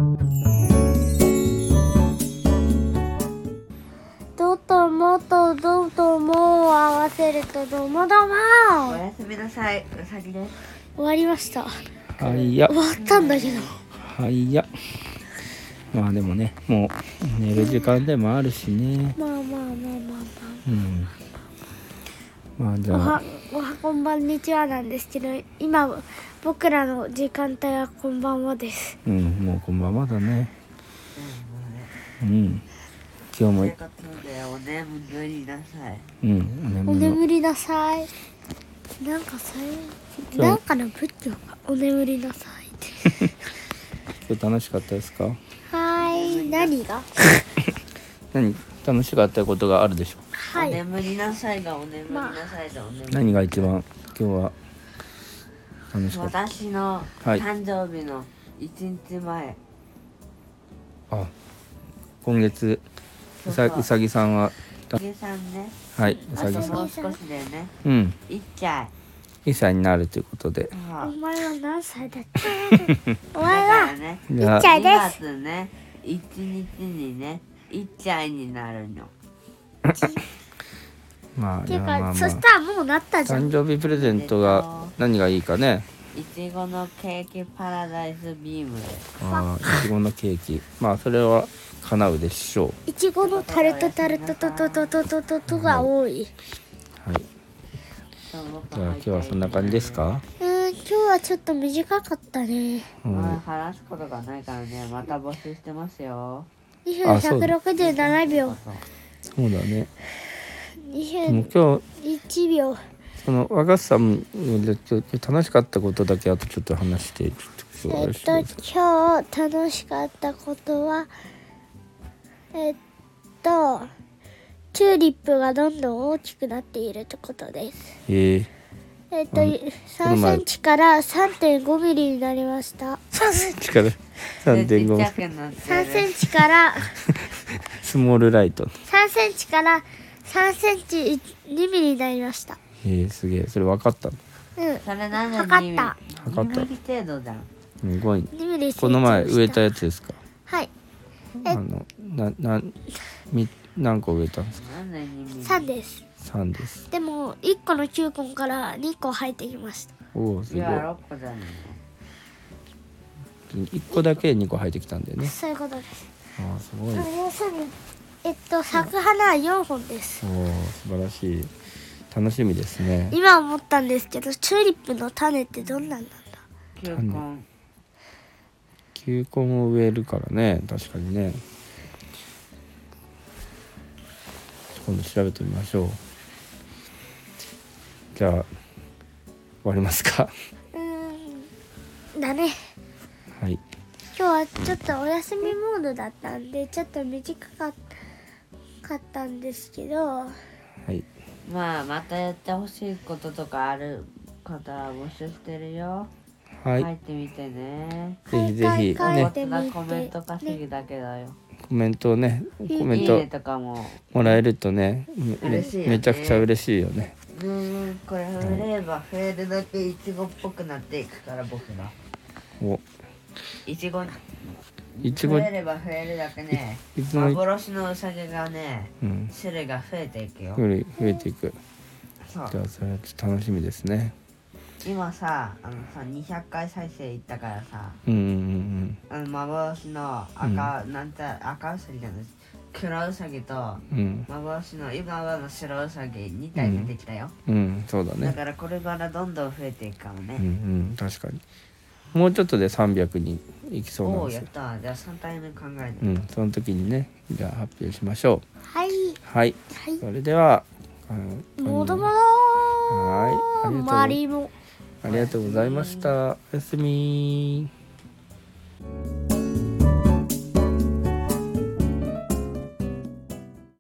ドともとドともを合わせるとどもども。 おやすみなさい、うさぎです。 終わりました。 はいや終わったんだけど。 はいや。まあでもね、もう寝る時間でもあるしね。 まあまあまあまあまあ。 うん。まあじゃあおはこんばんにちはなんですけど、今僕らの時間帯はこんばんはです。 もうこんばんはだね。今日もということでお眠りなさい。 お眠りなさい。なんかなんかの仏教がお眠りなさいって。 今日楽しかったですか？ 何が？ 何楽しかったことがあるでしょう？ はい。 お眠りなさいがお眠りなさいでお眠り。 何が一番今日は楽しかった？ 私の誕生日の1日前。 あ、今月うさぎさんはうさぎさんね。 はい、うさぎさん。 もう少しでね。1 歳になるということで。 お前は何歳だっけ？お前は1歳です。 2月ね、1日にね、1歳になるの。 まあていうか、そしたらもうなったじゃん。 誕生日プレゼントが何がいいかね。 いちごのケーキパラダイスビームです。 いちごのケーキ。まあそれは叶うでしょう。 いちごのタルトタルトトトトトトトトが多い。 はい。じゃあ今日はそんな感じですか？ 今日はちょっと短かったね。 話すことがないからね、また募集してますよ。 2分167秒。 そうだね。 2分1秒。 その若狭さん楽しかったことだけあとちょっと話して今日楽しかったことはチューリップがどんどん大きくなっているってことです。3センチから3.5ミリになりました。 3センチから3.5ミリ。 3センチからスモールライト。 3センチから3センチ2ミリになりました。 すげえ。それ分かったの？ それなんで測った。 2ミリ程度じゃん。 すごい。 2ミリこの前植えたやつですか？ はい。 何個植えたんですか ？3です。 3です。 でも1個の球根から2個生えてきました。 おお、すごい。 6個じゃないの1個だけ2個生えてきたんだよね。 そういうことです。 ああ、すごい。 要するに咲く花は4本です。 おお、素晴らしい。楽しみですね。 今思ったんですけど、チューリップの種ってどんなんなんだ？ 球根を植えるからね。確かにね。今度調べてみましょう。じゃあ終わりますか？ だね。 はい。 今日はちょっとお休みモードだったんでちょっと短かったんですけど、 はい。 またやってほしいこととかある方は募集してるよ。 はい。 書いてみてね。 ぜひぜひね。コメント稼ぎだけだよ。 コメントとかもらえるとね、めちゃくちゃ嬉しいよね。 これ増えれば増えるだけイチゴっぽくなっていくから僕が。イチゴ増えれば増えるだけね、幻のウサギがね、種類が増えていくよ。 増えていく。じゃあそれは楽しみですね。 今さ200回再生いったからさ、幻の赤ウサギじゃないです、黒ウサギと幻の今はの白ウサギ2体出てきたよ。 そうだね。 だからこれからどんどん増えていくかもね。 確かに。もうちょっとで300にいきそうなんですよ。 やった。じゃあ3体目考えない。 その時にね、じゃあ発表しましょう。 はい。 はい。それではもどもどはい。 マリモ。 ありがとうございました。おやすみ。